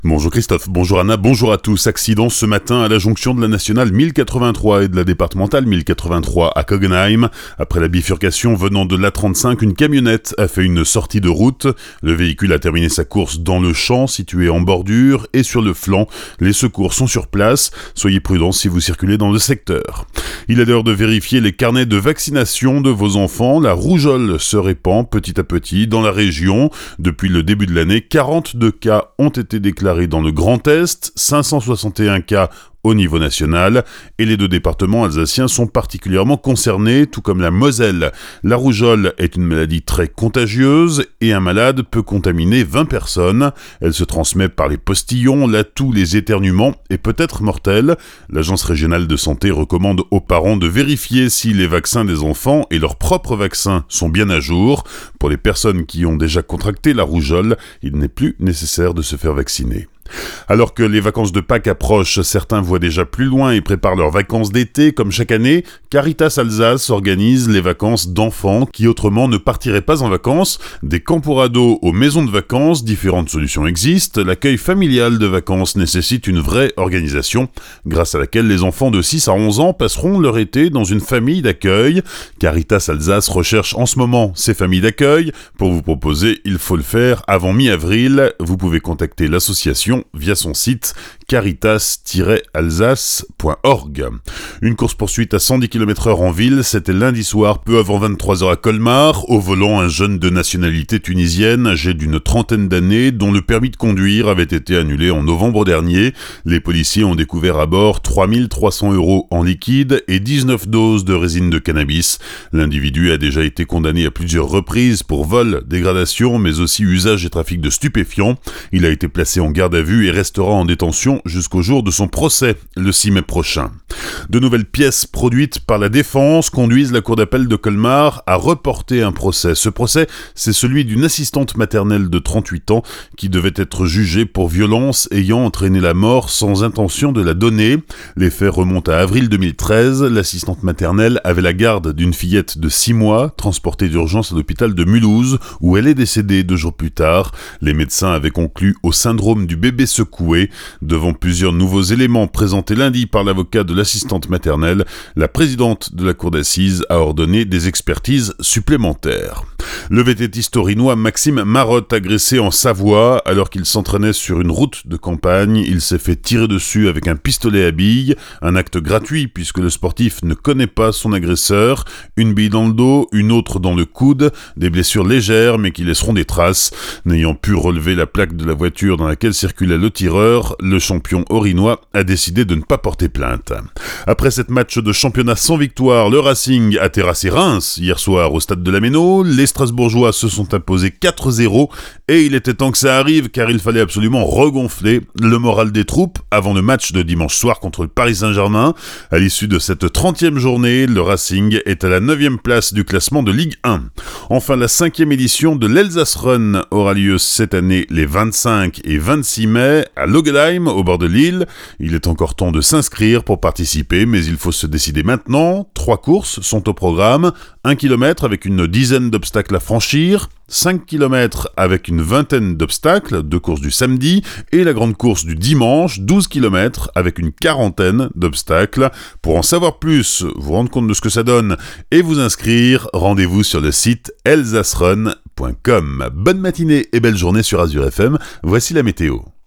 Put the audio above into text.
Bonjour Christophe, bonjour Anna, bonjour à tous. Accident ce matin à la jonction de la nationale 1083 et de la départementale 1083 à Kogenheim. Après la bifurcation venant de l'A35, une camionnette a fait une sortie de route. Le véhicule a terminé sa course dans le champ situé en bordure et sur le flanc. Les secours sont sur place. Soyez prudents si vous circulez dans le secteur. Il est l'heure de vérifier les carnets de vaccination de vos enfants. La rougeole se répand petit à petit dans la région. Depuis le début de l'année, 42 cas ont été déclarés dans le Grand Est, 561 cas au niveau national, et les deux départements alsaciens sont particulièrement concernés, tout comme la Moselle. La rougeole est une maladie très contagieuse, et un malade peut contaminer 20 personnes. Elle se transmet par les postillons, la toux, les éternuements, et peut être mortelle. L'Agence régionale de santé recommande aux parents de vérifier si les vaccins des enfants et leurs propres vaccins sont bien à jour. Pour les personnes qui ont déjà contracté la rougeole, il n'est plus nécessaire de se faire vacciner. Alors que les vacances de Pâques approchent, certains voient déjà plus loin et préparent leurs vacances d'été. Comme chaque année, Caritas Alsace organise les vacances d'enfants qui autrement ne partiraient pas en vacances. Des camps pour ados aux maisons de vacances, différentes solutions existent. L'accueil familial de vacances nécessite une vraie organisation, grâce à laquelle les enfants de 6 à 11 ans passeront leur été dans une famille d'accueil. Caritas Alsace recherche en ce moment ces familles d'accueil. Pour vous proposer, il faut le faire avant mi-avril. Vous pouvez contacter l'association via son site caritas-alsace.org. Une course-poursuite à 110 km/h en ville, c'était lundi soir, peu avant 23h à Colmar. Au volant, un jeune de nationalité tunisienne, âgé d'une trentaine d'années, dont le permis de conduire avait été annulé en novembre dernier. Les policiers ont découvert à bord 3300 € en liquide et 19 doses de résine de cannabis. L'individu a déjà été condamné à plusieurs reprises pour vol, dégradation, mais aussi usage et trafic de stupéfiants. Il a été placé en garde à vue et restera en détention jusqu'au jour de son procès, le 6 mai prochain. De nouvelles pièces produites par la défense conduisent la cour d'appel de Colmar à reporter un procès. Ce procès, c'est celui d'une assistante maternelle de 38 ans qui devait être jugée pour violence ayant entraîné la mort sans intention de la donner. Les faits remontent à avril 2013. L'assistante maternelle avait la garde d'une fillette de 6 mois, transportée d'urgence à l'hôpital de Mulhouse, où elle est décédée 2 jours plus tard. Les médecins avaient conclu au syndrome du bébé secoué. Devant plusieurs nouveaux éléments présentés lundi par l'avocat de l'assistante maternelle, la présidente de la cour d'assises a ordonné des expertises supplémentaires. Le vététiste orinois Maxime Marotte, agressé en Savoie alors qu'il s'entraînait sur une route de campagne. Il s'est fait tirer dessus avec un pistolet à billes, un acte gratuit puisque le sportif ne connaît pas son agresseur. Une bille dans le dos, une autre dans le coude, des blessures légères mais qui laisseront des traces. N'ayant pu relever la plaque de la voiture dans laquelle circulait le tireur, le champion orinois a décidé de ne pas porter plainte. Après cette match de championnat sans victoire, le Racing a terrassé Reims hier soir au stade de la Méno. Les Strasbourgeois se sont imposés 4-0 et il était temps que ça arrive car il fallait absolument regonfler le moral des troupes avant le match de dimanche soir contre le Paris Saint-Germain. À l'issue de cette 30e journée, le Racing est à la 9e place du classement de Ligue 1. Enfin, la 5e édition de l'Elsace Run aura lieu cette année les 25 et 26 mai à Logelheim, au bord de l'île. Il est encore temps de s'inscrire pour participer, mais il faut se décider maintenant. 3 courses sont au programme. 1 km avec une dizaine d'obstacles à franchir, 5 km avec une vingtaine d'obstacles, 2 courses du samedi, et la grande course du dimanche, 12 km avec une quarantaine d'obstacles. Pour en savoir plus, vous rendre compte de ce que ça donne et vous inscrire, rendez-vous sur le site elsacerun.com. Bonne matinée et belle journée sur Azure FM, voici la météo.